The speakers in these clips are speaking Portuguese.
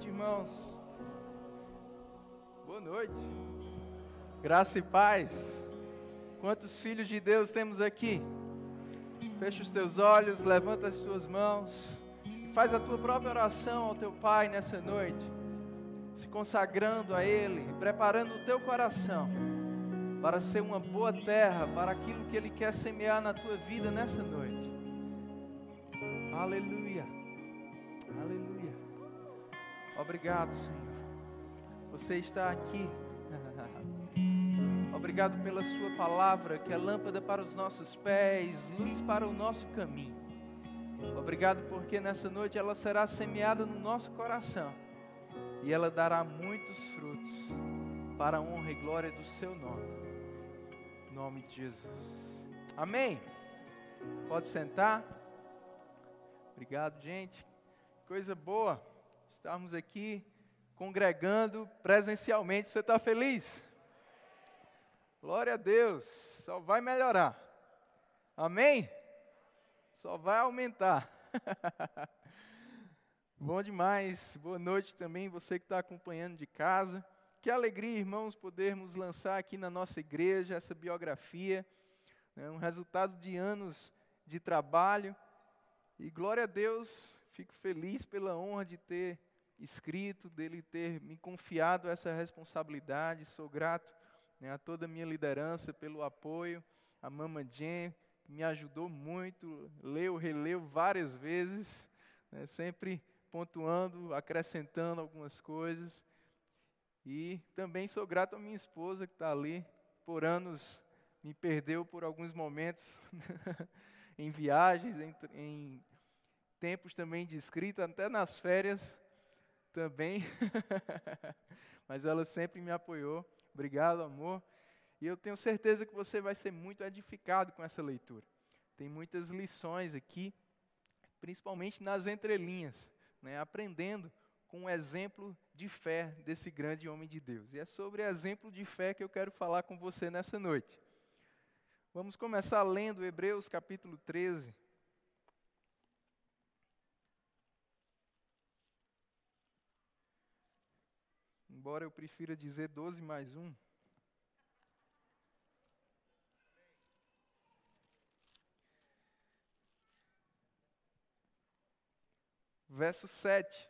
noite, irmãos. Boa noite. Graça e paz. Quantos filhos de Deus temos aqui? Fecha os teus olhos, levanta as tuas mãos e faz a tua própria oração ao teu Pai nessa noite, se consagrando a Ele, preparando o teu coração para ser uma boa terra para aquilo que Ele quer semear na tua vida nessa noite. Aleluia. Aleluia. Obrigado, Senhor. Você está aqui. Obrigado pela sua palavra, que é lâmpada para os nossos pés, luz para o nosso caminho. Obrigado porque nessa noite ela será semeada no nosso coração e ela dará muitos frutos para a honra e glória do seu nome. Em nome de Jesus. Amém? Pode sentar. Obrigado, gente. Coisa boa estarmos aqui congregando presencialmente. Você está feliz? Glória a Deus. Só vai melhorar. Amém? Só vai aumentar. Bom demais. Boa noite também você que está acompanhando de casa. Que alegria, irmãos, podermos lançar aqui na nossa igreja essa biografia, né, um resultado de anos de trabalho. E glória a Deus, fico feliz pela honra de ter escrito, dele ter me confiado essa responsabilidade. Sou grato, né, a toda a minha liderança pelo apoio, a Mama Jen, que me ajudou muito, releu várias vezes, né, sempre pontuando, acrescentando algumas coisas. E também sou grato à minha esposa que está ali, por anos me perdeu por alguns momentos, em viagens, em tempos também de escrita, até nas férias também, mas ela sempre me apoiou. Obrigado, amor. E eu tenho certeza que você vai ser muito edificado com essa leitura. Tem muitas lições aqui, principalmente nas entrelinhas, né, aprendendo com o exemplo de fé desse grande homem de Deus. E é sobre exemplo de fé que eu quero falar com você nessa noite. Vamos começar lendo Hebreus capítulo 13. Embora eu prefira dizer 12 mais 1. Verso 7.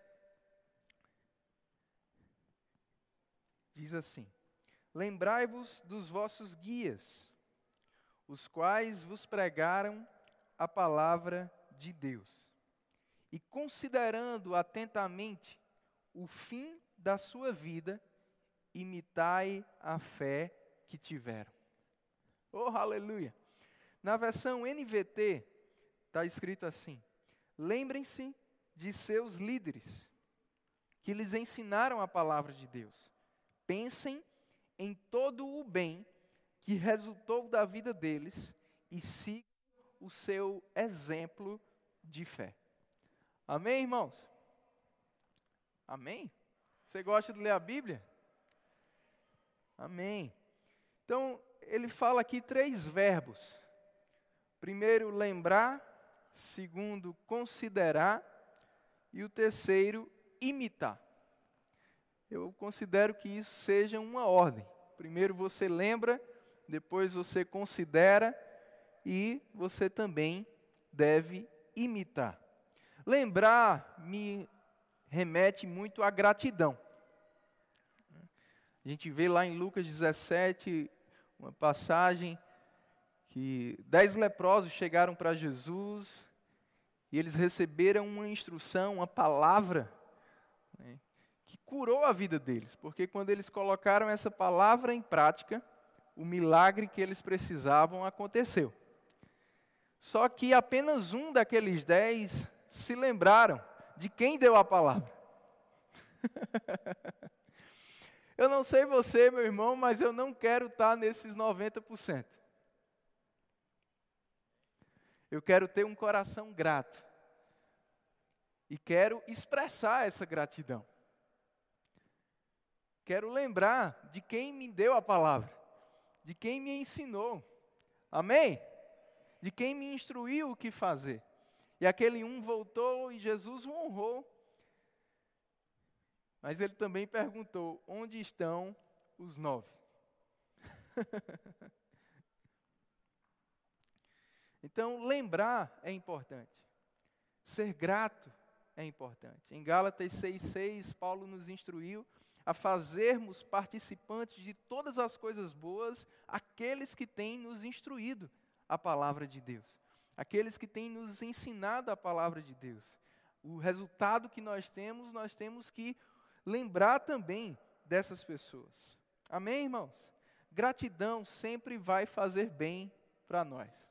Diz assim: Lembrai-vos dos vossos guias, os quais vos pregaram a palavra de Deus, e considerando atentamente o fim da sua vida, imitai a fé que tiveram. Oh, aleluia! Na versão NVT está escrito assim: lembrem-se de seus líderes, que lhes ensinaram a palavra de Deus. Pensem em todo o bem que resultou da vida deles e sigam o seu exemplo de fé. Amém, irmãos? Amém? Você gosta de ler a Bíblia? Amém. Então, ele fala aqui 3 verbos. Primeiro, lembrar. Segundo, considerar. E o terceiro, imitar. Eu considero que isso seja uma ordem. Primeiro você lembra, depois você considera e você também deve imitar. Lembrar me remete muito à gratidão. A gente vê lá em Lucas 17, uma passagem que 10 leprosos chegaram para Jesus e eles receberam uma instrução, uma palavra, né, que curou a vida deles, porque quando eles colocaram essa palavra em prática, o milagre que eles precisavam aconteceu. Só que apenas um daqueles 10 se lembraram de quem deu a palavra. Eu não sei você, meu irmão, mas eu não quero estar nesses 90%. Eu quero ter um coração grato. E quero expressar essa gratidão. Quero lembrar de quem me deu a palavra, de quem me ensinou. Amém? De quem me instruiu o que fazer. E aquele um voltou e Jesus o honrou. Mas ele também perguntou: onde estão os 9? Então, lembrar é importante. Ser grato é importante. Em Gálatas 6,6, Paulo nos instruiu a fazermos participantes de todas as coisas boas aqueles que têm nos instruído a palavra de Deus. Aqueles que têm nos ensinado a palavra de Deus. O resultado que nós temos que lembrar também dessas pessoas. Amém, irmãos? Gratidão sempre vai fazer bem para nós.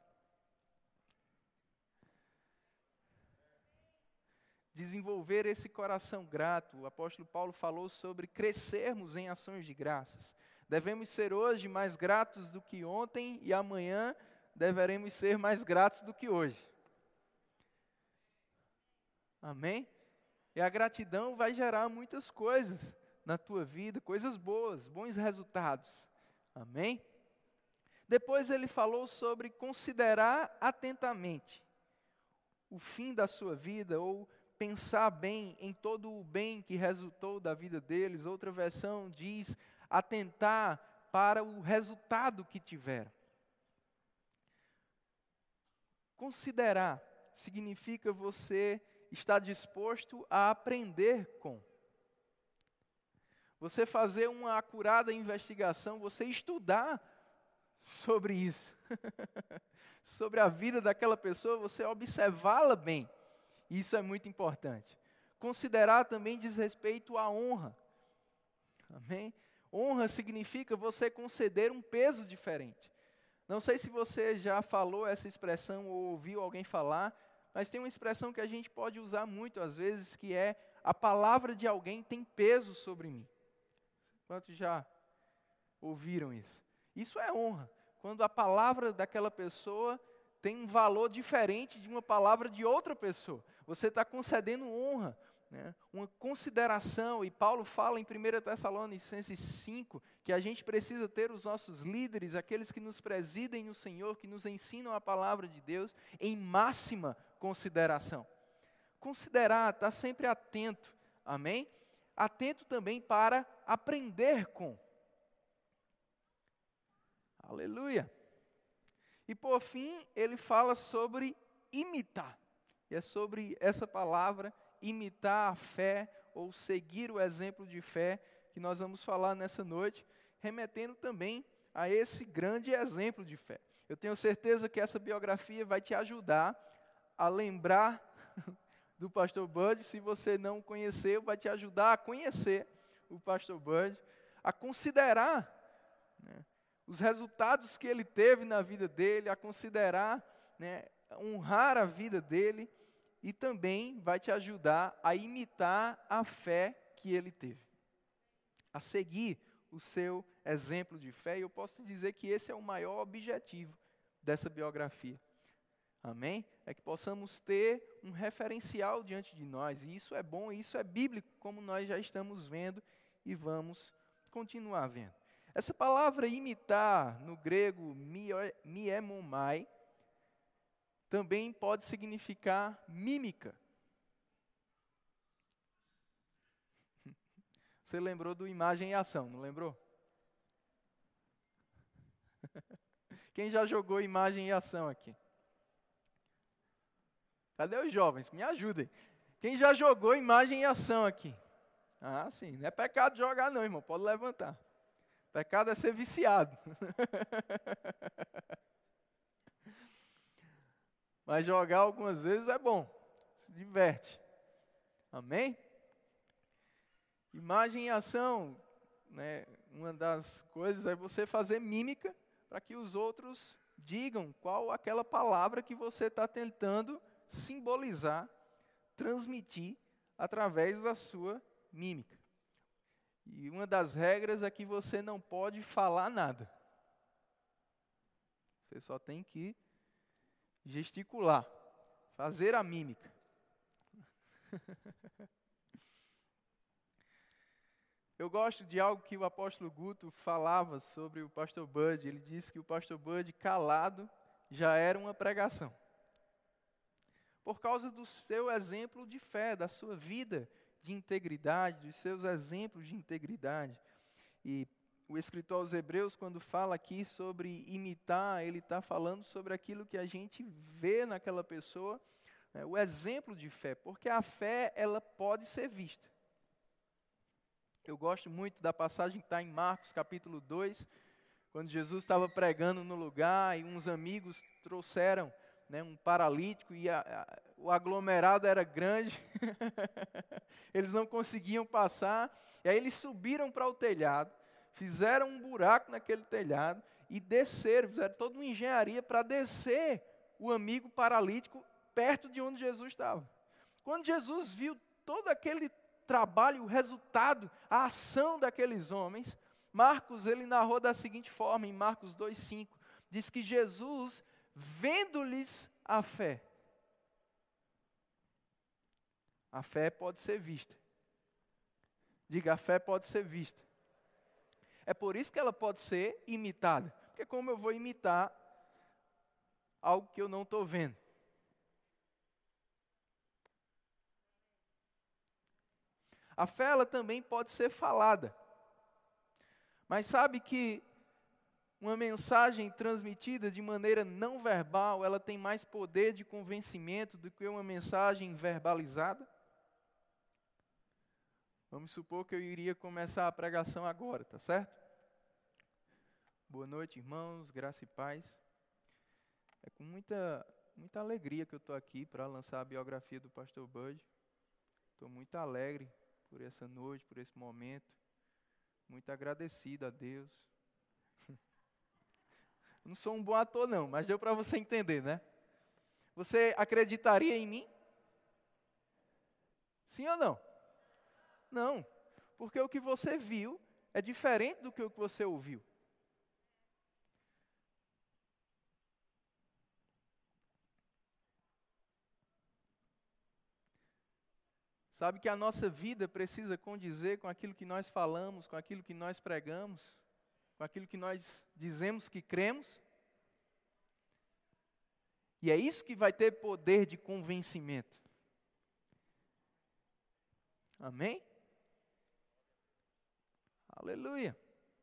Desenvolver esse coração grato. O apóstolo Paulo falou sobre crescermos em ações de graças. Devemos ser hoje mais gratos do que ontem e amanhã deveremos ser mais gratos do que hoje. Amém? E a gratidão vai gerar muitas coisas na tua vida, coisas boas, bons resultados. Amém? Depois ele falou sobre considerar atentamente o fim da sua vida, ou pensar bem em todo o bem que resultou da vida deles. Outra versão diz atentar para o resultado que tiveram. Considerar significa você estar disposto a aprender com. Você fazer uma acurada investigação, você estudar sobre isso. Sobre a vida daquela pessoa, você observá-la bem. Isso é muito importante. Considerar também diz respeito à honra. Amém? Honra significa você conceder um peso diferente. Não sei se você já falou essa expressão ou ouviu alguém falar, mas tem uma expressão que a gente pode usar muito às vezes, que é: a palavra de alguém tem peso sobre mim. Quantos já ouviram isso? Isso é honra. Quando a palavra daquela pessoa tem um valor diferente de uma palavra de outra pessoa. Você está concedendo honra, né? Uma consideração. E Paulo fala em 1 Tessalonicenses 5, que a gente precisa ter os nossos líderes, aqueles que nos presidem no Senhor, que nos ensinam a palavra de Deus, em máxima consideração. Considerar, estar sempre atento, amém? Atento também para aprender com. Aleluia! E por fim, ele fala sobre imitar. E é sobre essa palavra, imitar a fé, ou seguir o exemplo de fé, que nós vamos falar nessa noite, remetendo também a esse grande exemplo de fé. Eu tenho certeza que essa biografia vai te ajudar a lembrar do pastor Bud. Se você não o conheceu, vai te ajudar a conhecer o pastor Bud, a considerar, né, os resultados que ele teve na vida dele, a considerar, né, honrar a vida dele, e também vai te ajudar a imitar a fé que ele teve, a seguir o seu exemplo de fé. E eu posso te dizer que esse é o maior objetivo dessa biografia. Amém? É que possamos ter um referencial diante de nós, e isso é bom, isso é bíblico, como nós já estamos vendo e vamos continuar vendo. Essa palavra imitar, no grego miemomai, também pode significar mímica. Você lembrou do imagem e ação, não lembrou? Quem já jogou imagem e ação aqui? Cadê os jovens? Me ajudem. Quem já jogou imagem e ação aqui? Ah, sim. Não é pecado jogar não, irmão. Pode levantar. Pecado é ser viciado. Mas jogar algumas vezes é bom. Se diverte. Amém? Imagem e ação, né? Uma das coisas é você fazer mímica para que os outros digam qual aquela palavra que você está tentando simbolizar, transmitir através da sua mímica. E uma das regras é que você não pode falar nada. Você só tem que gesticular, fazer a mímica. Eu gosto de algo que o apóstolo Guto falava sobre o pastor Bud. Ele disse que o pastor Bud, calado, já era uma pregação. Por causa do seu exemplo de fé, da sua vida de integridade, dos seus exemplos de integridade. E o escritor aos Hebreus, quando fala aqui sobre imitar, ele está falando sobre aquilo que a gente vê naquela pessoa, né, o exemplo de fé, porque a fé, ela pode ser vista. Eu gosto muito da passagem que está em Marcos capítulo 2, quando Jesus estava pregando no lugar e uns amigos trouxeram, né, um paralítico e o aglomerado era grande, eles não conseguiam passar, e aí eles subiram para o telhado, fizeram um buraco naquele telhado e desceram, fizeram toda uma engenharia para descer o amigo paralítico perto de onde Jesus estava. Quando Jesus viu todo aquele trabalho, o resultado, a ação daqueles homens, Marcos, ele narrou da seguinte forma, em Marcos 2,5, diz que Jesus, vendo-lhes a fé pode ser vista. Diga, a fé pode ser vista. É por isso que ela pode ser imitada. Porque como eu vou imitar algo que eu não estou vendo? A fé, ela também pode ser falada. Mas sabe que uma mensagem transmitida de maneira não verbal, ela tem mais poder de convencimento do que uma mensagem verbalizada? Vamos supor que eu iria começar a pregação agora, tá certo? Boa noite, irmãos, graça e paz. É com muita alegria que eu estou aqui para lançar a biografia do pastor Bud. Estou muito alegre por essa noite, por esse momento. Muito agradecido a Deus. Não sou um bom ator não, mas deu para você entender, né? Você acreditaria em mim? Sim ou não? Não, porque o que você viu é diferente do que o que você ouviu. Sabe que a nossa vida precisa condizer com aquilo que nós falamos, com aquilo que nós pregamos, com aquilo que nós dizemos que cremos. E é isso que vai ter poder de convencimento. Amém? Aleluia.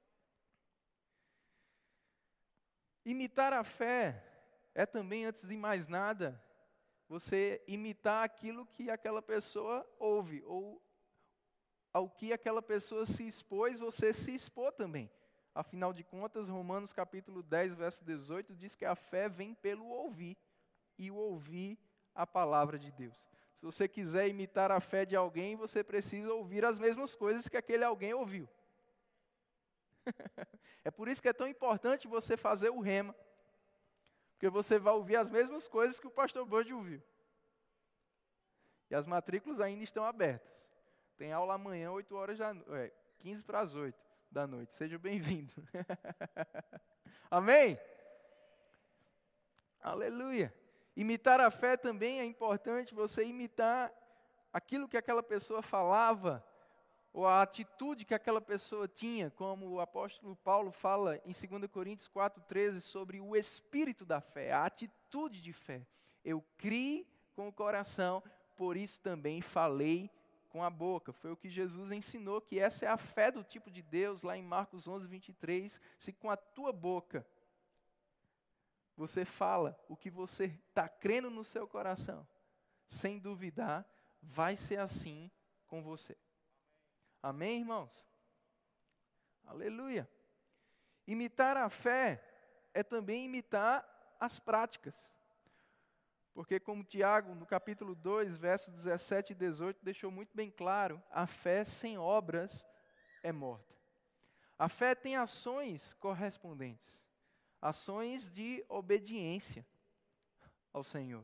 Imitar a fé é também, antes de mais nada, você imitar aquilo que aquela pessoa ouve, ou ao que aquela pessoa se expôs, você se expor também. Afinal de contas, Romanos capítulo 10, verso 18, diz que a fé vem pelo ouvir, e o ouvir a palavra de Deus. Se você quiser imitar a fé de alguém, você precisa ouvir as mesmas coisas que aquele alguém ouviu. É por isso que é tão importante você fazer o rema. Porque você vai ouvir as mesmas coisas que o pastor Bud ouviu. E as matrículas ainda estão abertas. Tem aula amanhã, 15 para as 8 da noite. Seja bem-vindo. Amém? Aleluia. Imitar a fé também é importante você imitar aquilo que aquela pessoa falava, ou a atitude que aquela pessoa tinha, como o apóstolo Paulo fala em 2 Coríntios 4,13 sobre o espírito da fé, a atitude de fé. Eu criei com o coração, por isso também falei com a boca. Foi o que Jesus ensinou, que essa é a fé do tipo de Deus, lá em Marcos 11:23, se com a tua boca você fala o que você está crendo no seu coração, sem duvidar, vai ser assim com você. Amém, irmãos? Aleluia. Imitar a fé é também imitar as práticas. Porque como Tiago, no capítulo 2, versos 17 e 18, deixou muito bem claro, a fé sem obras é morta. A fé tem ações correspondentes, ações de obediência ao Senhor.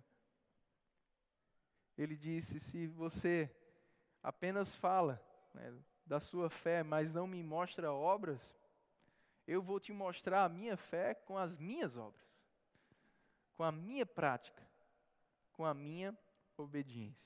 Ele disse, se você apenas fala, né, da sua fé, mas não me mostra obras, eu vou te mostrar a minha fé com as minhas obras, com a minha prática, com a minha obediência.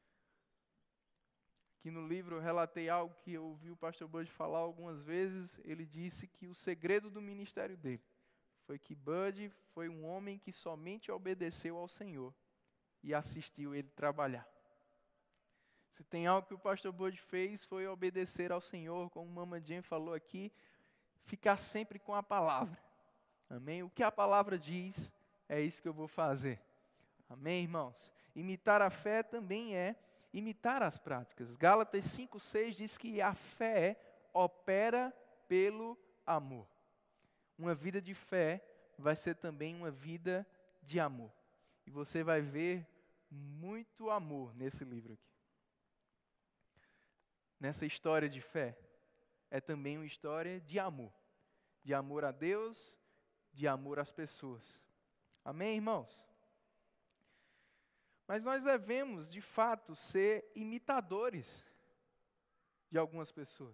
Aqui no livro eu relatei algo que eu ouvi o pastor Bud falar algumas vezes. Ele disse que o segredo do ministério dele foi que Bud foi um homem que somente obedeceu ao Senhor e assistiu ele trabalhar. Se tem algo que o pastor Bud fez, foi obedecer ao Senhor, como Mama Jen falou aqui, ficar sempre com a palavra. Amém? O que a palavra diz, é isso que eu vou fazer. Amém, irmãos? Imitar a fé também é imitar as práticas. Gálatas 5:6 diz que a fé opera pelo amor. Uma vida de fé vai ser também uma vida de amor. E você vai ver muito amor nesse livro aqui. Nessa história de fé, é também uma história de amor. De amor a Deus, de amor às pessoas. Amém, irmãos? Mas nós devemos, de fato, ser imitadores de algumas pessoas.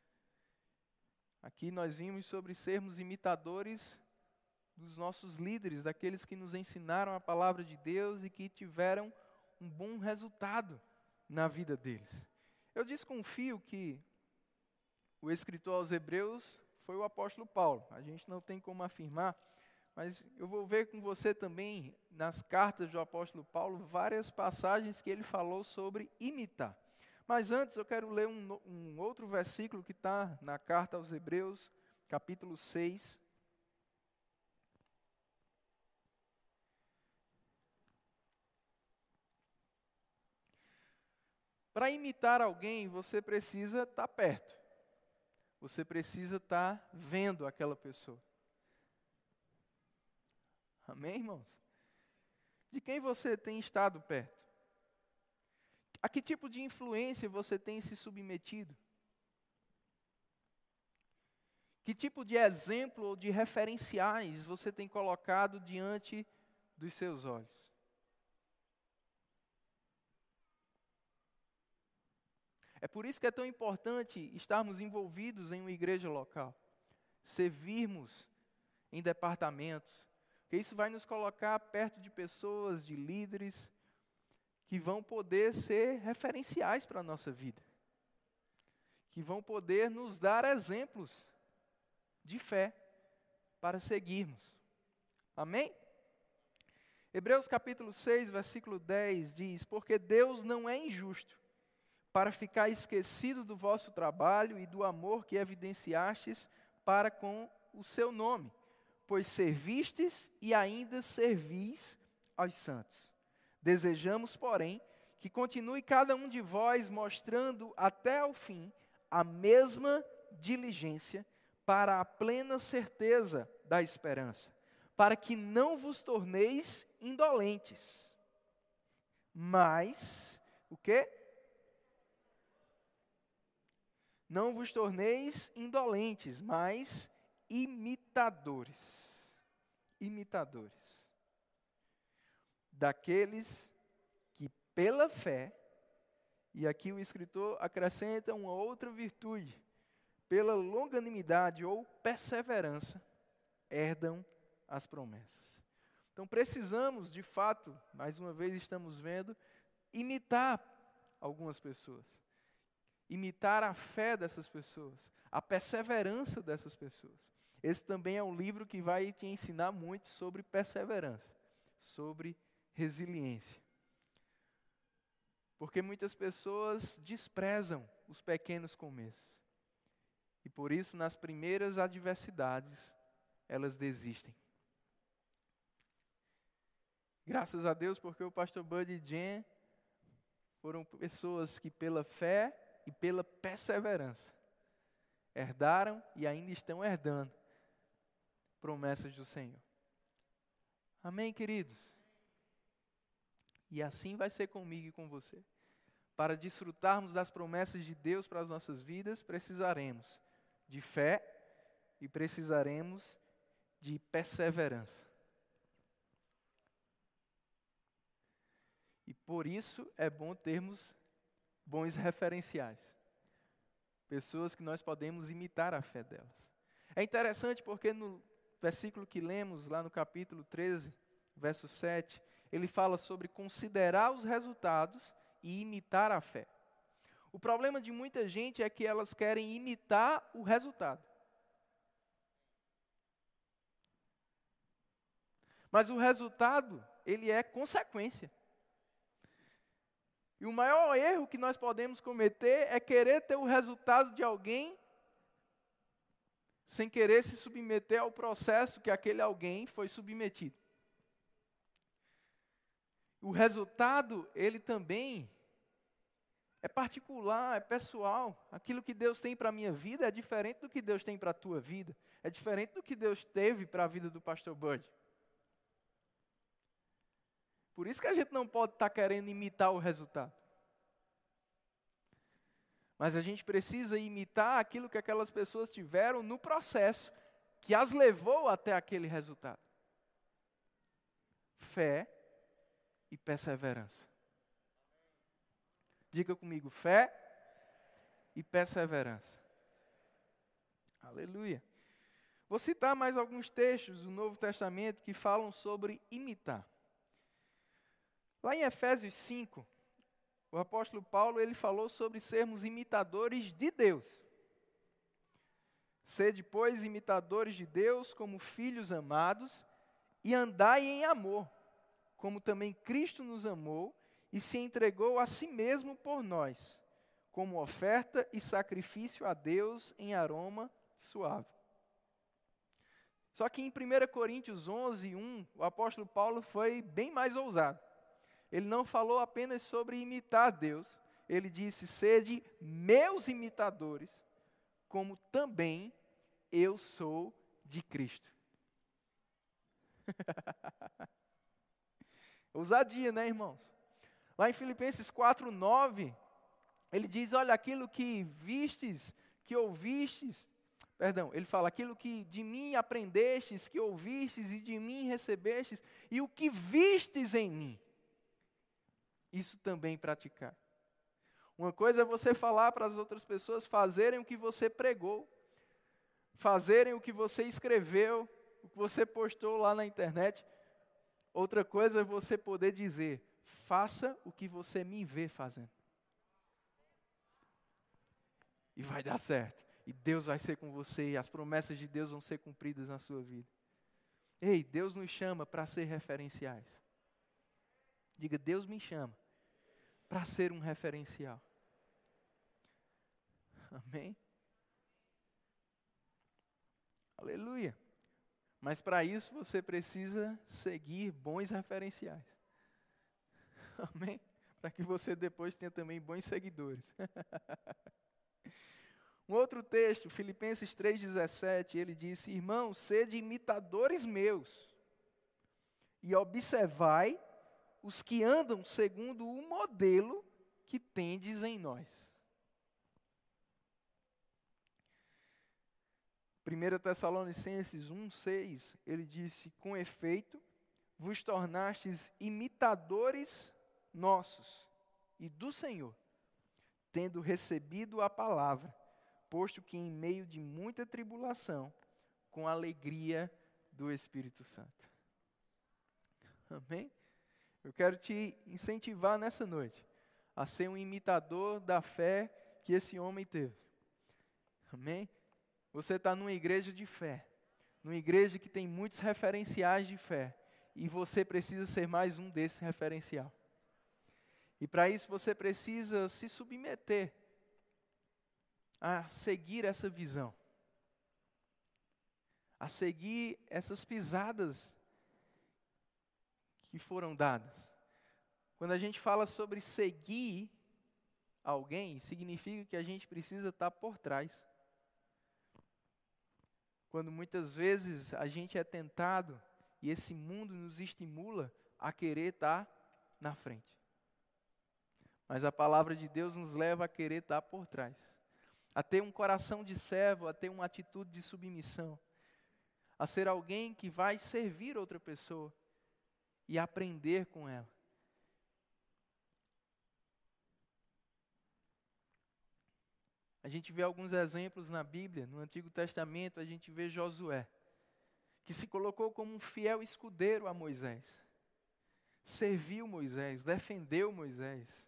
Aqui nós vimos sobre sermos imitadores dos nossos líderes, daqueles que nos ensinaram a palavra de Deus e que tiveram um bom resultado na vida deles. Eu desconfio que o escritor aos Hebreus foi o apóstolo Paulo. A gente não tem como afirmar, mas eu vou ver com você também, nas cartas do apóstolo Paulo, várias passagens que ele falou sobre imitar. Mas antes eu quero ler um outro versículo que está na carta aos Hebreus, capítulo 6. Para imitar alguém, você precisa estar perto. Você precisa estar vendo aquela pessoa. Amém, irmãos? De quem você tem estado perto? A que tipo de influência você tem se submetido? Que tipo de exemplo ou de referenciais você tem colocado diante dos seus olhos? É por isso que é tão importante estarmos envolvidos em uma igreja local, servirmos em departamentos, porque isso vai nos colocar perto de pessoas, de líderes, que vão poder ser referenciais para a nossa vida, que vão poder nos dar exemplos de fé para seguirmos. Amém? Hebreus capítulo 6, versículo 10 diz: porque Deus não é injusto para ficar esquecido do vosso trabalho e do amor que evidenciastes para com o seu nome, pois servistes e ainda servis aos santos. Desejamos, porém, que continue cada um de vós mostrando até ao fim a mesma diligência para a plena certeza da esperança, para que não vos torneis indolentes, mas, o quê? Não vos torneis indolentes, mas imitadores. Imitadores. Daqueles que pela fé, e aqui o escritor acrescenta uma outra virtude, pela longanimidade ou perseverança, herdam as promessas. Então precisamos, de fato, mais uma vez estamos vendo, imitar algumas pessoas. Imitar a fé dessas pessoas, a perseverança dessas pessoas. Esse também é um livro que vai te ensinar muito sobre perseverança, sobre resiliência. Porque muitas pessoas desprezam os pequenos começos. E por isso, nas primeiras adversidades, elas desistem. Graças a Deus, porque o pastor Bud e Jen foram pessoas que pela fé e pela perseverança herdaram e ainda estão herdando promessas do Senhor. Amém, queridos? E assim vai ser comigo e com você. Para desfrutarmos das promessas de Deus para as nossas vidas, precisaremos de fé e precisaremos de perseverança. E por isso é bom termos bons referenciais. Pessoas que nós podemos imitar a fé delas. É interessante porque no versículo que lemos, lá no capítulo 13, verso 7, ele fala sobre considerar os resultados e imitar a fé. O problema de muita gente é que elas querem imitar o resultado. Mas o resultado, ele é consequência. E o maior erro que nós podemos cometer é querer ter o resultado de alguém sem querer se submeter ao processo que aquele alguém foi submetido. O resultado, ele também é particular, é pessoal. Aquilo que Deus tem para a minha vida é diferente do que Deus tem para a tua vida. É diferente do que Deus teve para a vida do pastor Bud. Por isso que a gente não pode estar querendo imitar o resultado. Mas a gente precisa imitar aquilo que aquelas pessoas tiveram no processo que as levou até aquele resultado. Fé e perseverança. Diga comigo, fé e perseverança. Aleluia. Vou citar mais alguns textos do Novo Testamento que falam sobre imitar. Lá em Efésios 5, o apóstolo Paulo ele falou sobre sermos imitadores de Deus. Sede, pois, imitadores de Deus como filhos amados e andai em amor, como também Cristo nos amou e se entregou a si mesmo por nós, como oferta e sacrifício a Deus em aroma suave. Só que em 1 Coríntios 11, 1, o apóstolo Paulo foi bem mais ousado. Ele não falou apenas sobre imitar Deus, ele disse, sede meus imitadores, como também eu sou de Cristo. Ousadia, né, irmãos? Lá em Filipenses 4, 9, ele diz, olha, aquilo que vistes, que ouvistes, ele fala, aquilo que de mim aprendestes, que ouvistes e de mim recebestes, e o que vistes em mim, isso também praticar. Uma coisa é você falar para as outras pessoas fazerem o que você pregou, fazerem o que você escreveu, o que você postou lá na internet. Outra coisa é você poder dizer, faça o que você me vê fazendo. E vai dar certo. E Deus vai ser com você, e as promessas de Deus vão ser cumpridas na sua vida. Ei, Deus nos chama para ser referenciais. Diga, Deus me chama para ser um referencial. Amém? Aleluia. Mas para isso você precisa seguir bons referenciais. Amém? Para que você depois tenha também bons seguidores. Um outro texto, Filipenses 3,17, ele disse, irmãos, sede imitadores meus, e observai os que andam segundo o modelo que tendes em nós. 1 Tessalonicenses 1,6, ele disse, com efeito, vos tornastes imitadores nossos e do Senhor, tendo recebido a palavra, posto que em meio de muita tribulação, com a alegria do Espírito Santo. Amém? Eu quero te incentivar nessa noite a ser um imitador da fé que esse homem teve. Amém? Você está numa igreja de fé, numa igreja que tem muitos referenciais de fé, e você precisa ser mais um desses referencial. E para isso você precisa se submeter a seguir essa visão, a seguir essas pisadas que foram dadas. Quando a gente fala sobre seguir alguém, significa que a gente precisa estar por trás. Quando muitas vezes a gente é tentado e esse mundo nos estimula a querer estar na frente. Mas a palavra de Deus nos leva a querer estar por trás. A ter um coração de servo, a ter uma atitude de submissão. A ser alguém que vai servir outra pessoa e aprender com ela. A gente vê alguns exemplos na Bíblia, no Antigo Testamento, a gente vê Josué, que se colocou como um fiel escudeiro a Moisés. Serviu Moisés, defendeu Moisés.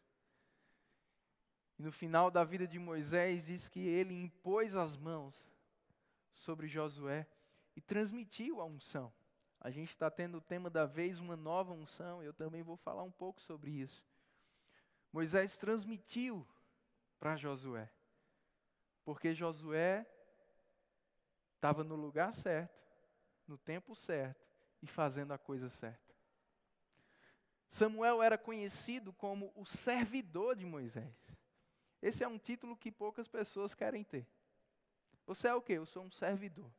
E no final da vida de Moisés, diz que ele impôs as mãos sobre Josué e transmitiu a unção. A gente está tendo o tema da vez, uma nova unção, eu também vou falar um pouco sobre isso. Moisés transmitiu para Josué, porque Josué estava no lugar certo, no tempo certo e fazendo a coisa certa. Samuel era conhecido como o servidor de Moisés. Esse é um título que poucas pessoas querem ter. Você é o quê? Eu sou um servidor.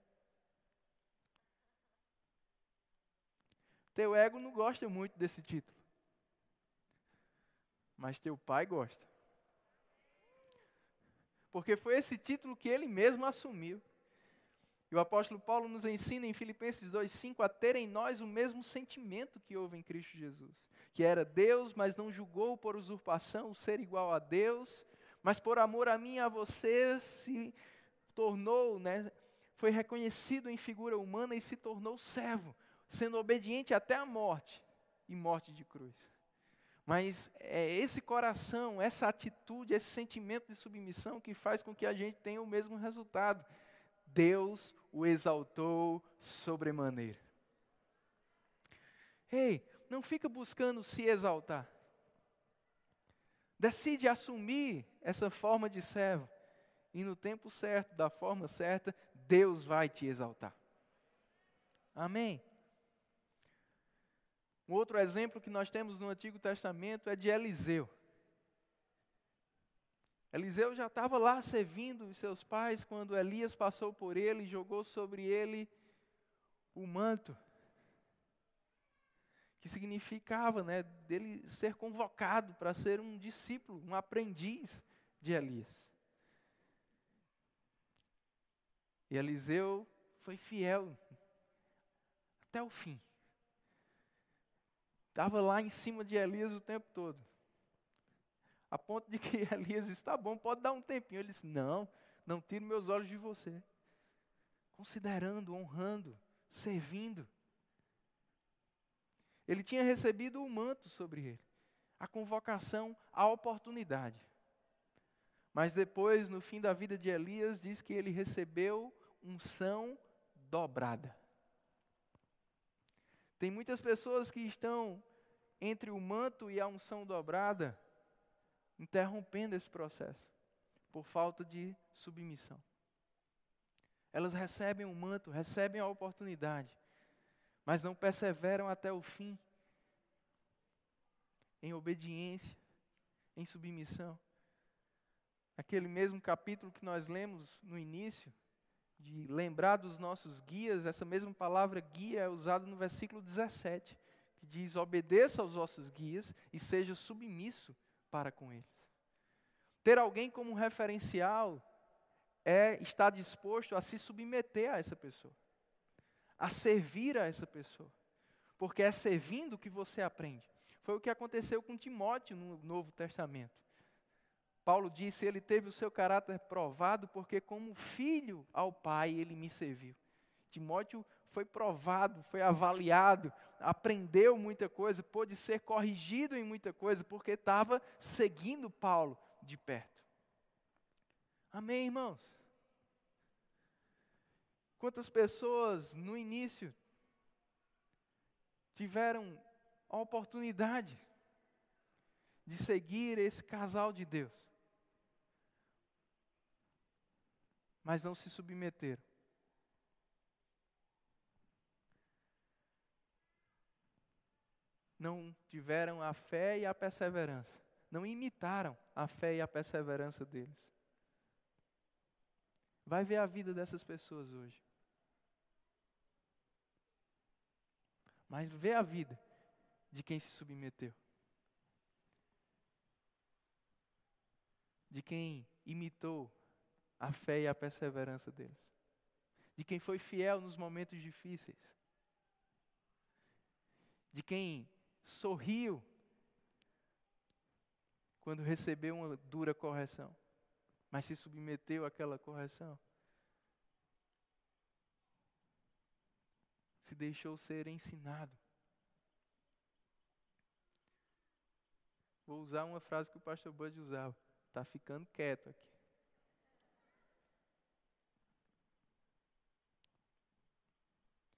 Teu ego não gosta muito desse título, mas teu pai gosta. Porque foi esse título que ele mesmo assumiu. E o apóstolo Paulo nos ensina em Filipenses 2,5 a ter em nós o mesmo sentimento que houve em Cristo Jesus, que era Deus, mas não julgou por usurpação o ser igual a Deus, mas por amor a mim e a você se tornou, foi reconhecido em figura humana e se tornou servo, sendo obediente até a morte, e morte de cruz. Mas é esse coração, essa atitude, esse sentimento de submissão que faz com que a gente tenha o mesmo resultado. Deus o exaltou sobremaneira. Ei, não fica buscando se exaltar. Decide assumir essa forma de servo. E no tempo certo, da forma certa, Deus vai te exaltar. Amém? Um outro exemplo que nós temos no Antigo Testamento é de Eliseu. Eliseu já estava lá servindo os seus pais quando Elias passou por ele e jogou sobre ele o manto, que significava, dele ser convocado para ser um discípulo, um aprendiz de Elias. E Eliseu foi fiel até o fim. Estava lá em cima de Elias o tempo todo. A ponto de que Elias disse, tá bom, pode dar um tempinho. Ele disse, não tiro meus olhos de você. Considerando, honrando, servindo. Ele tinha recebido o manto sobre ele. A convocação, a oportunidade. Mas depois, no fim da vida de Elias, diz que ele recebeu unção dobrada. Tem muitas pessoas que estão entre o manto e a unção dobrada, interrompendo esse processo, por falta de submissão. Elas recebem o manto, recebem a oportunidade, mas não perseveram até o fim, em obediência, em submissão. Aquele mesmo capítulo que nós lemos no início, de lembrar dos nossos guias, essa mesma palavra guia é usada no versículo 17, que diz, obedeça aos vossos guias e seja submisso para com eles. Ter alguém como referencial é estar disposto a se submeter a essa pessoa, a servir a essa pessoa, porque é servindo que você aprende. Foi o que aconteceu com Timóteo no Novo Testamento. Paulo disse, ele teve o seu caráter provado porque como filho ao pai ele me serviu. Timóteo foi provado, foi avaliado, aprendeu muita coisa, pôde ser corrigido em muita coisa, porque estava seguindo Paulo de perto. Amém, irmãos? Quantas pessoas no início tiveram a oportunidade de seguir esse casal de Deus, mas não se submeteram. Não tiveram a fé e a perseverança. Não imitaram a fé e a perseverança deles. Vai ver a vida dessas pessoas hoje. Mas vê a vida de quem se submeteu. De quem imitou a fé e a perseverança deles. De quem foi fiel nos momentos difíceis. De quem sorriu quando recebeu uma dura correção, mas se submeteu àquela correção. Se deixou ser ensinado. Vou usar uma frase que o pastor Bud usava. Está ficando quieto aqui.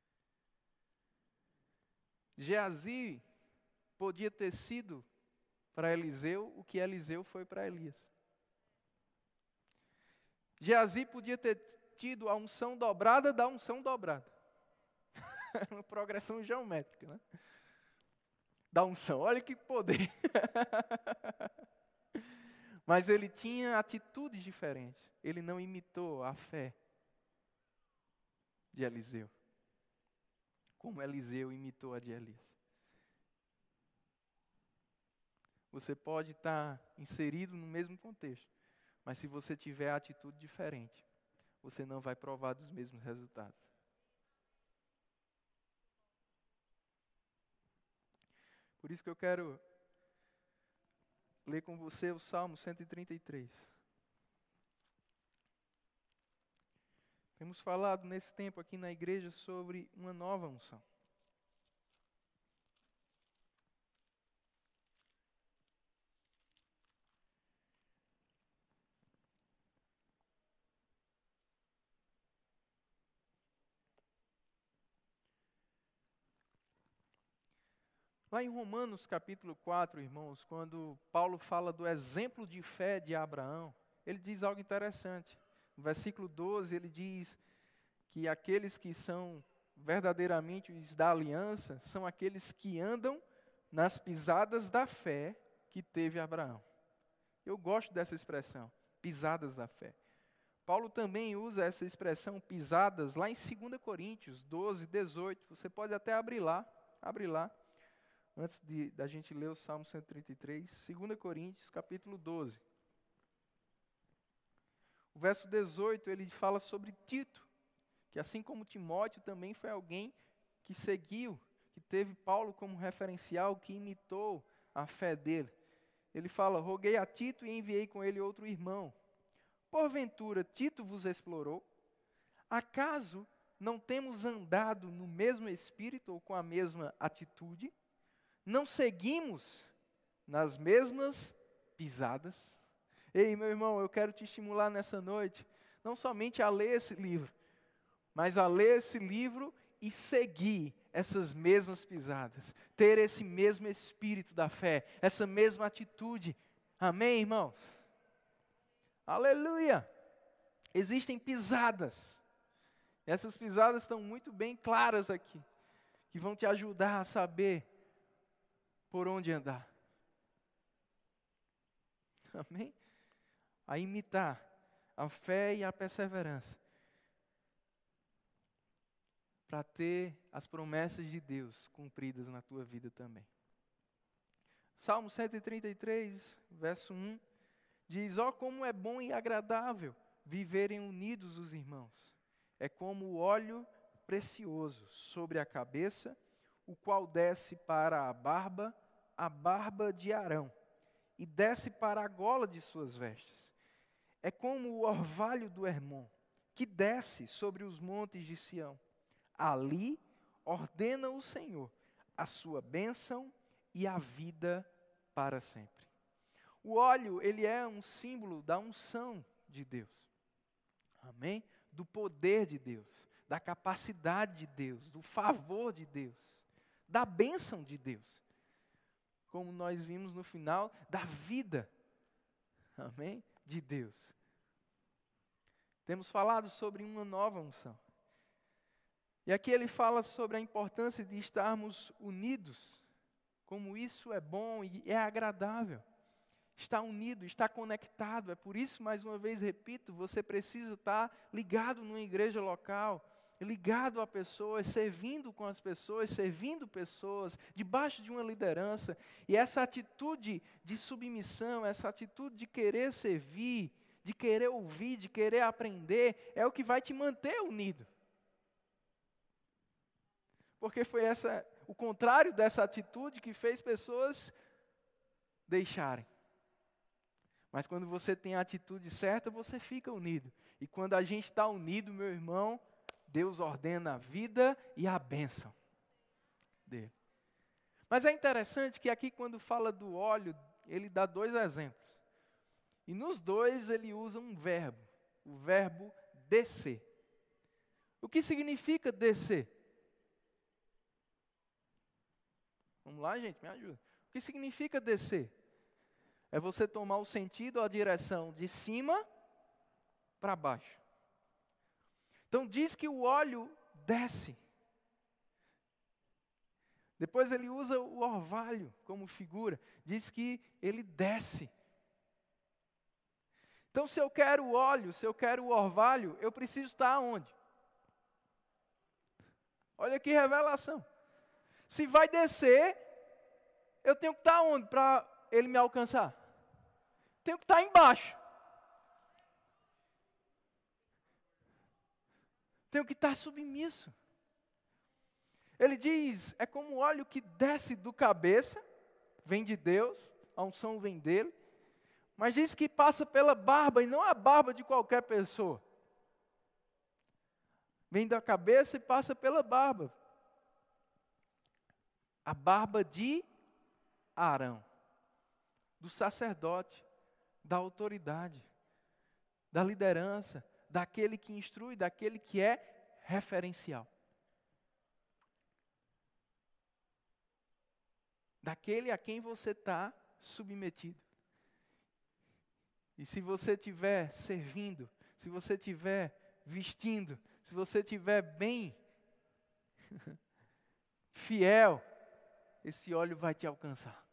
Geazi podia ter sido para Eliseu o que Eliseu foi para Elias. Geazi podia ter tido a unção dobrada da unção dobrada. Uma progressão geométrica, né? Da unção. Olha que poder. Mas ele tinha atitudes diferentes. Ele não imitou a fé de Eliseu, como Eliseu imitou a de Elias. Você pode estar inserido no mesmo contexto, mas se você tiver atitude diferente, você não vai provar dos mesmos resultados. Por isso que eu quero ler com você o Salmo 133. Temos falado nesse tempo aqui na igreja sobre uma nova unção. Lá em Romanos capítulo 4, irmãos, quando Paulo fala do exemplo de fé de Abraão, ele diz algo interessante. No versículo 12, ele diz que aqueles que são verdadeiramente os da aliança são aqueles que andam nas pisadas da fé que teve Abraão. Eu gosto dessa expressão, pisadas da fé. Paulo também usa essa expressão pisadas lá em 2 Coríntios 12, 18. Você pode até abrir lá. Antes da gente ler o Salmo 133, 2 Coríntios, capítulo 12. O verso 18, ele fala sobre Tito, que assim como Timóteo também foi alguém que seguiu, que teve Paulo como referencial, que imitou a fé dele. Ele fala, roguei a Tito e enviei com ele outro irmão. Porventura, Tito vos explorou? Acaso não temos andado no mesmo espírito ou com a mesma atitude? Não seguimos nas mesmas pisadas? Ei, meu irmão, eu quero te estimular nessa noite, não somente a ler esse livro, mas a ler esse livro e seguir essas mesmas pisadas, ter esse mesmo espírito da fé, essa mesma atitude. Amém, irmãos? Aleluia! Existem pisadas. Essas pisadas estão muito bem claras aqui, que vão te ajudar a saber por onde andar. Amém? A imitar a fé e a perseverança, para ter as promessas de Deus cumpridas na tua vida também. Salmo 133, verso 1, diz, ó como é bom e agradável viverem unidos os irmãos. É como o óleo precioso sobre a cabeça, o qual desce para a barba de Arão, e desce para a gola de suas vestes. É como o orvalho do Hermon, que desce sobre os montes de Sião. Ali ordena o Senhor a sua bênção e a vida para sempre. O óleo, ele é um símbolo da unção de Deus. Amém? Do poder de Deus, da capacidade de Deus, do favor de Deus, da bênção de Deus. Como nós vimos no final, da vida, amém? De Deus. Temos falado sobre uma nova unção. E aqui ele fala sobre a importância de estarmos unidos, como isso é bom e é agradável. Estar unido, estar conectado. É por isso, mais uma vez, repito, você precisa estar ligado numa igreja local, ligado a pessoas, servindo com as pessoas, servindo pessoas, debaixo de uma liderança. E essa atitude de submissão, essa atitude de querer servir, de querer ouvir, de querer aprender, é o que vai te manter unido. Porque foi o contrário dessa atitude que fez pessoas deixarem. Mas quando você tem a atitude certa, você fica unido. E quando a gente está unido, meu irmão, Deus ordena a vida e a bênção dele. Mas é interessante que aqui quando fala do óleo, ele dá 2 exemplos. E nos 2 ele usa um verbo, o verbo descer. O que significa descer? Vamos lá, gente, me ajuda. O que significa descer? é você tomar o sentido, a direção de cima para baixo. Então diz que o óleo desce. Depois ele usa o orvalho como figura. Diz que ele desce. Então se eu quero o óleo, se eu quero o orvalho, eu preciso estar onde? Olha que revelação. Se vai descer, eu tenho que estar onde para ele me alcançar? Tenho que estar embaixo. Tenho que estar submisso. Ele diz, é como o óleo que desce do cabeça, vem de Deus, a unção vem dele, mas diz que passa pela barba, e não a barba de qualquer pessoa. Vem da cabeça e passa pela barba. A barba de Arão, do sacerdote, da autoridade, da liderança, daquele que instrui, daquele que é referencial. Daquele a quem você está submetido. E se você estiver servindo, se você estiver vestindo, se você estiver bem fiel, esse óleo vai te alcançar.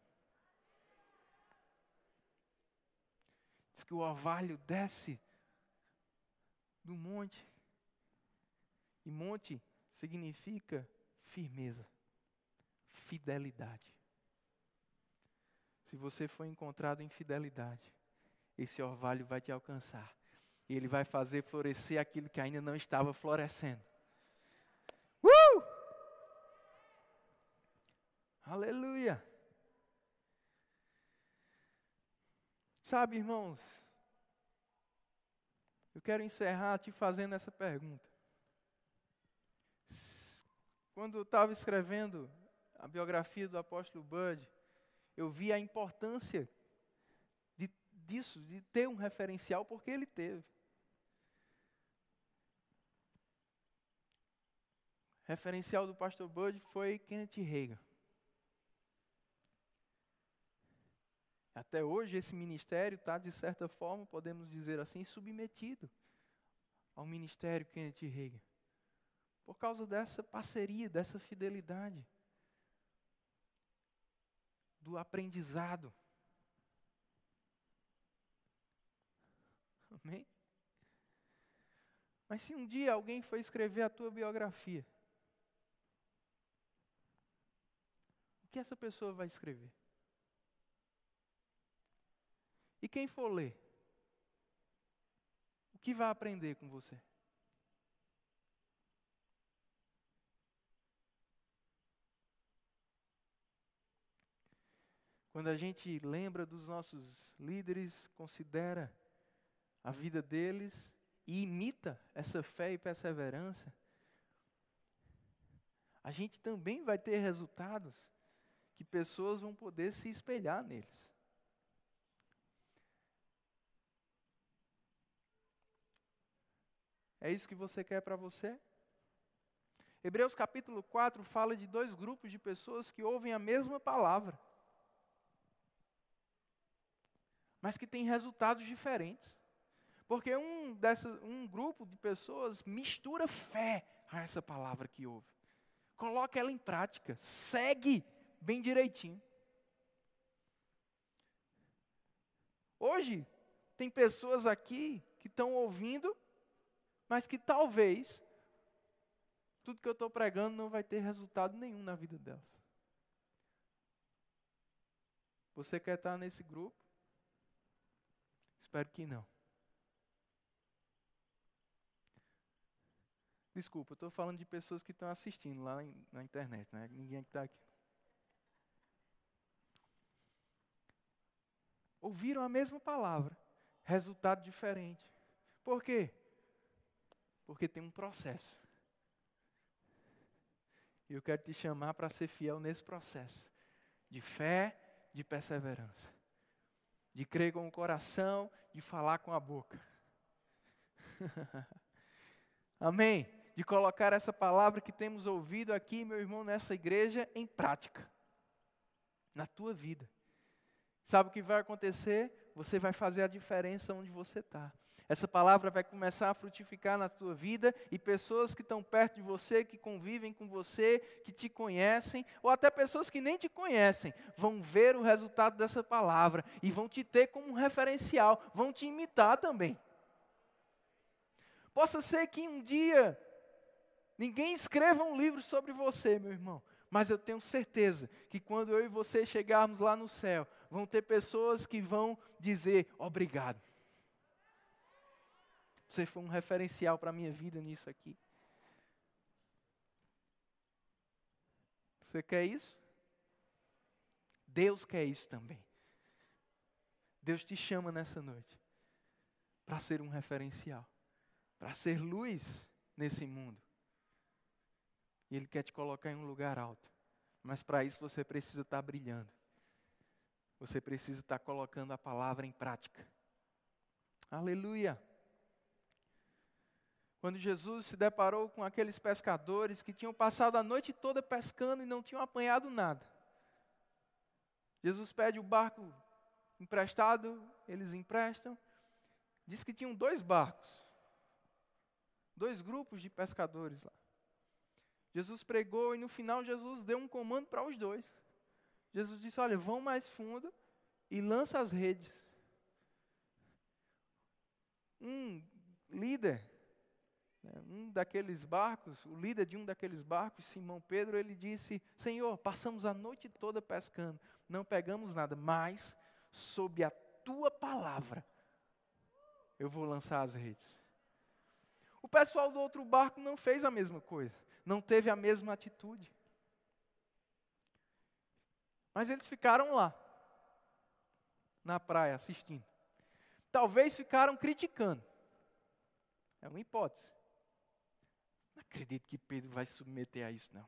Diz que o orvalho desce do monte. E monte significa firmeza, fidelidade. Se você for encontrado em fidelidade, esse orvalho vai te alcançar. E ele vai fazer florescer aquilo que ainda não estava florescendo. Aleluia! Sabe, irmãos, eu quero encerrar te fazendo essa pergunta. Quando eu estava escrevendo a biografia do apóstolo Bud, eu vi a importância disso, de ter um referencial, porque ele teve. O referencial do pastor Bud foi Kenneth Hagin. Até hoje esse ministério está, de certa forma, podemos dizer assim, submetido ao ministério Kenneth Hagin. Por causa dessa parceria, dessa fidelidade, do aprendizado. Amém? Mas se um dia alguém for escrever a tua biografia, o que essa pessoa vai escrever? E quem for ler, o que vai aprender com você? Quando a gente lembra dos nossos líderes, considera a vida deles e imita essa fé e perseverança, a gente também vai ter resultados que pessoas vão poder se espelhar neles. É isso que você quer para você? Hebreus capítulo 4 fala de dois grupos de pessoas que ouvem a mesma palavra, mas que têm resultados diferentes. Porque um grupo de pessoas mistura fé a essa palavra que ouve. Coloca ela em prática, segue bem direitinho. Hoje, tem pessoas aqui que estão ouvindo, mas que talvez tudo que eu estou pregando não vai ter resultado nenhum na vida delas. Você quer estar nesse grupo? Espero que não. Desculpa, eu estou falando de pessoas que estão assistindo lá na internet, né? Ninguém que está aqui. Ouviram a mesma palavra, resultado diferente. Por quê? Porque tem um processo. E eu quero te chamar para ser fiel nesse processo. De fé, de perseverança. De crer com o coração, de falar com a boca. Amém? De colocar essa palavra que temos ouvido aqui, meu irmão, nessa igreja, em prática. Na tua vida. Sabe o que vai acontecer? Você vai fazer a diferença onde você está. Essa palavra vai começar a frutificar na tua vida e pessoas que estão perto de você, que convivem com você, que te conhecem, ou até pessoas que nem te conhecem, vão ver o resultado dessa palavra e vão te ter como um referencial, vão te imitar também. Possa ser que um dia ninguém escreva um livro sobre você, meu irmão, mas eu tenho certeza que quando eu e você chegarmos lá no céu, vão ter pessoas que vão dizer obrigado. Você foi um referencial para a minha vida nisso aqui. Você quer isso? Deus quer isso também. Deus te chama nessa noite para ser um referencial, para ser luz nesse mundo. E Ele quer te colocar em um lugar alto. Mas para isso você precisa estar brilhando. Você precisa estar colocando a palavra em prática. Aleluia! Quando Jesus se deparou com aqueles pescadores que tinham passado a noite toda pescando e não tinham apanhado nada. Jesus pede o barco emprestado, eles emprestam. Diz que tinham 2 barcos, 2 grupos de pescadores lá. Jesus pregou e no final Jesus deu um comando para os 2. Jesus disse, olha, vão mais fundo e lança as redes. Um líder, um daqueles barcos, o líder de um daqueles barcos, Simão Pedro, ele disse, Senhor, passamos a noite toda pescando, não pegamos nada, mas sob a tua palavra eu vou lançar as redes. O pessoal do outro barco não fez a mesma coisa, não teve a mesma atitude. Mas eles ficaram lá, na praia, assistindo. Talvez ficaram criticando. É uma hipótese. Não acredito que Pedro vai se submeter a isso, não.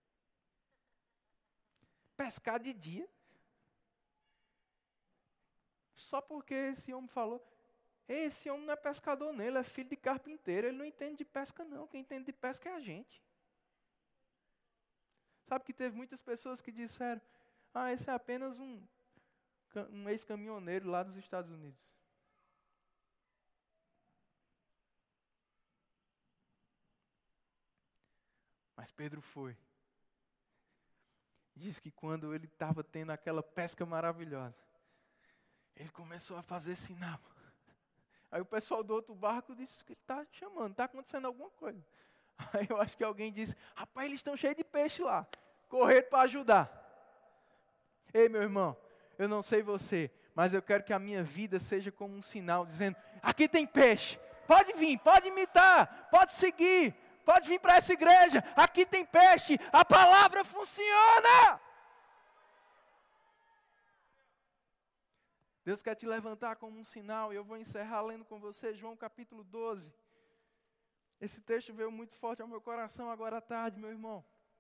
Pescar de dia. Só porque esse homem falou. Esse homem não é pescador, não. Ele é filho de carpinteiro. Ele não entende de pesca, não. Quem entende de pesca é a gente. Sabe que teve muitas pessoas que disseram, esse é apenas um ex-caminhoneiro lá dos Estados Unidos. Mas Pedro foi. Diz que quando ele estava tendo aquela pesca maravilhosa, ele começou a fazer sinal. Aí o pessoal do outro barco disse que ele está chamando, está acontecendo alguma coisa. Aí eu acho que alguém disse, rapaz, eles estão cheios de peixe lá. Correram para ajudar. Ei, meu irmão, eu não sei você, mas eu quero que a minha vida seja como um sinal, dizendo, aqui tem peixe. Pode vir, pode imitar, pode seguir. Pode vir para essa igreja, aqui tem peixe, a palavra funciona. Deus quer te levantar como um sinal, e eu vou encerrar lendo com você João capítulo 12. Esse texto veio muito forte ao meu coração agora à tarde, meu irmão.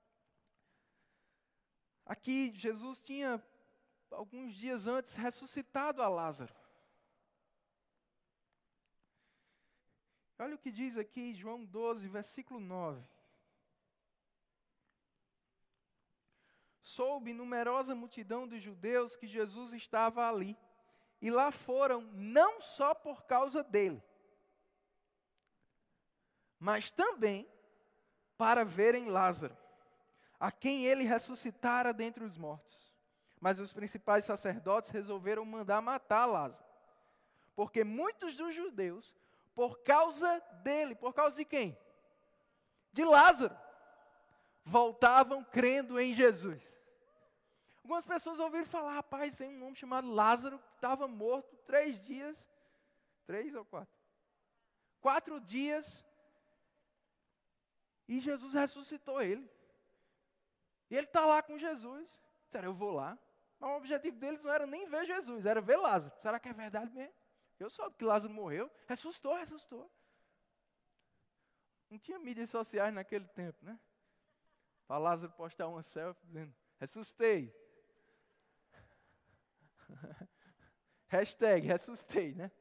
Aqui, Jesus tinha, alguns dias antes, ressuscitado a Lázaro. Olha o que diz aqui, João 12, versículo 9. Soube numerosa multidão dos judeus que Jesus estava ali, e lá foram não só por causa dele, mas também para verem Lázaro, a quem ele ressuscitara dentre os mortos. Mas os principais sacerdotes resolveram mandar matar Lázaro, porque muitos dos judeus, por causa dele, por causa de quem? De Lázaro, voltavam crendo em Jesus. Algumas pessoas ouviram falar, rapaz, tem um homem chamado Lázaro que estava morto 3 dias, 3 ou 4? 4 dias, e Jesus ressuscitou ele. E ele está lá com Jesus. Disseram, eu vou lá. Mas o objetivo deles não era nem ver Jesus, era ver Lázaro. Será que é verdade mesmo? Eu soube que Lázaro morreu. Ressuscitou. Não tinha mídias sociais naquele tempo, né? Para Lázaro postar uma selfie dizendo, ressuscitei. Hashtag ressuscitei, né?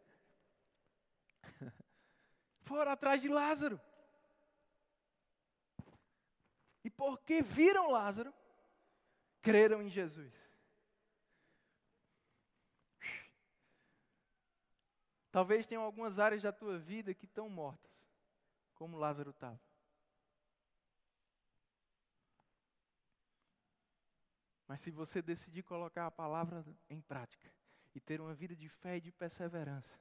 Foram atrás de Lázaro. E porque viram Lázaro, creram em Jesus. Talvez tenham algumas áreas da tua vida que estão mortas, como Lázaro estava. Mas se você decidir colocar a palavra em prática e ter uma vida de fé e de perseverança,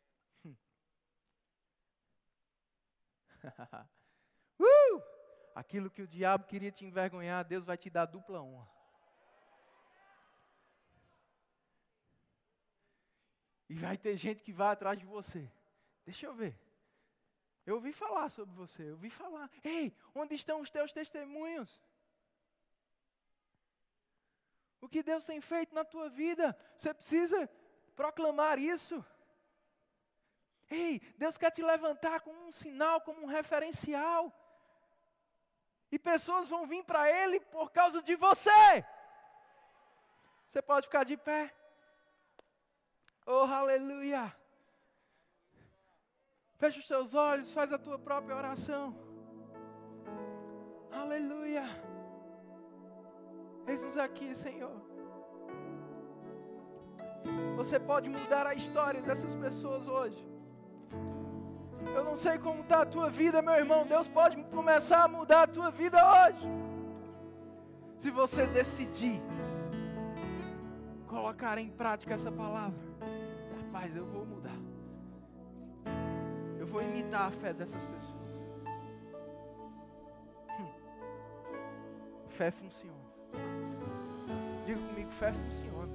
aquilo que o diabo queria te envergonhar, Deus vai te dar dupla honra. E vai ter gente que vai atrás de você. Deixa eu ver. Eu ouvi falar sobre você, eu ouvi falar. Ei, onde estão os teus testemunhos? O que Deus tem feito na tua vida? Você precisa proclamar isso. Ei, Deus quer te levantar como um sinal, como um referencial. E pessoas vão vir para Ele por causa de você. Você pode ficar de pé. Oh, aleluia. Fecha os seus olhos, faz a tua própria oração. Aleluia. Eis-nos aqui, Senhor. Você pode mudar a história dessas pessoas hoje. Eu não sei como está a tua vida, meu irmão. Deus pode começar a mudar a tua vida hoje. Se você decidir colocar em prática essa palavra. Rapaz, eu vou mudar. Eu vou imitar a fé dessas pessoas. Fé funciona. Diga comigo, fé funciona.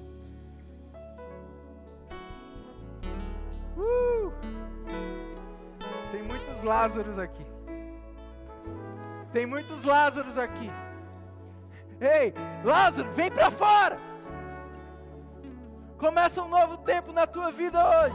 Tem muitos Lázaros aqui. Tem muitos Lázaros aqui. Ei, Lázaro, vem para fora. Começa um novo tempo na tua vida hoje.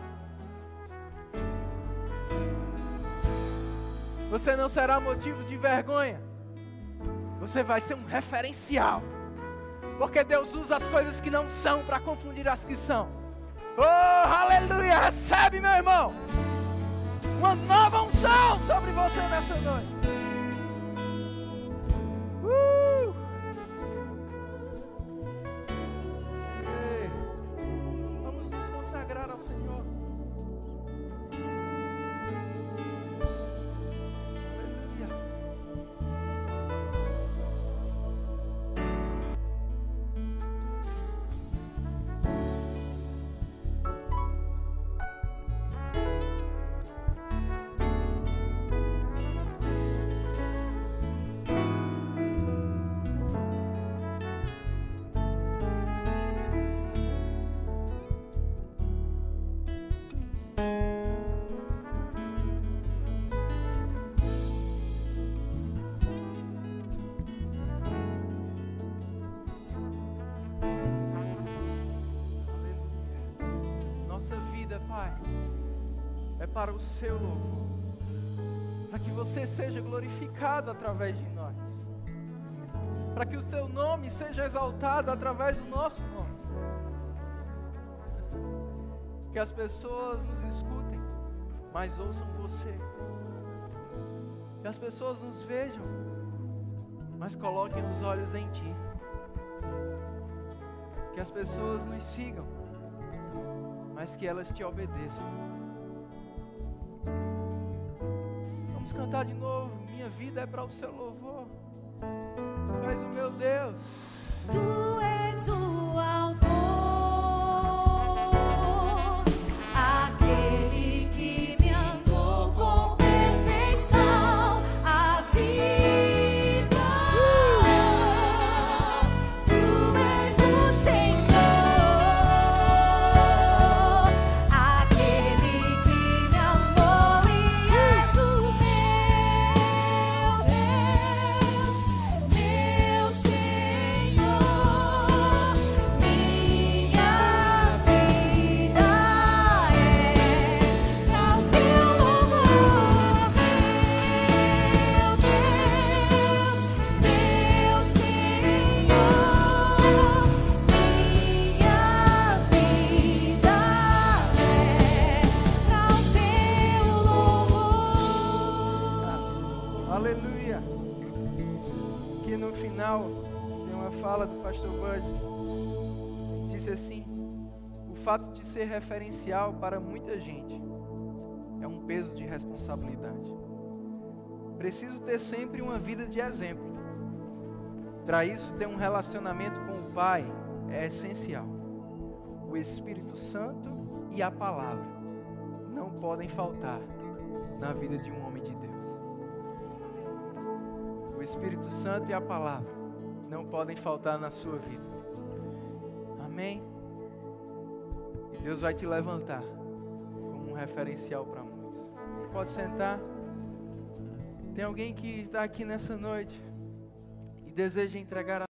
Você não será motivo de vergonha. Você vai ser um referencial. Porque Deus usa as coisas que não são para confundir as que são. Oh, aleluia! Recebe, meu irmão. Uma nova unção sobre você nessa noite. Vamos nos consagrar ao Senhor. Pai, é para o seu louvor, para que você seja glorificado através de nós, para que o seu nome seja exaltado através do nosso nome, que as pessoas nos escutem, mas ouçam você, que as pessoas nos vejam, mas coloquem os olhos em Ti, que as pessoas nos sigam, mas que elas te obedeçam. Vamos cantar de novo. Minha vida é para o seu louvor. Tu és o meu Deus. Tu és o autor, aquele que me amou com perfeição a vida. Tu és o Senhor, aquele que me amou e és o meu Senhor. Minha vida é para o teu louvor, meu Deus, meu Senhor. Minha vida é para o teu louvor. Aleluia. Que no final tem uma fala do pastor Bud. Disse assim: o fato de ser referencial para muita gente é um peso de responsabilidade. Preciso ter sempre uma vida de exemplo. Para isso, ter um relacionamento com o Pai é essencial. O Espírito Santo e a Palavra não podem faltar na vida de um homem de Deus. O Espírito Santo e a Palavra não podem faltar na sua vida. Amém? E Deus vai te levantar como um referencial para muitos. Você pode sentar. Tem alguém que está aqui nessa noite e deseja entregar a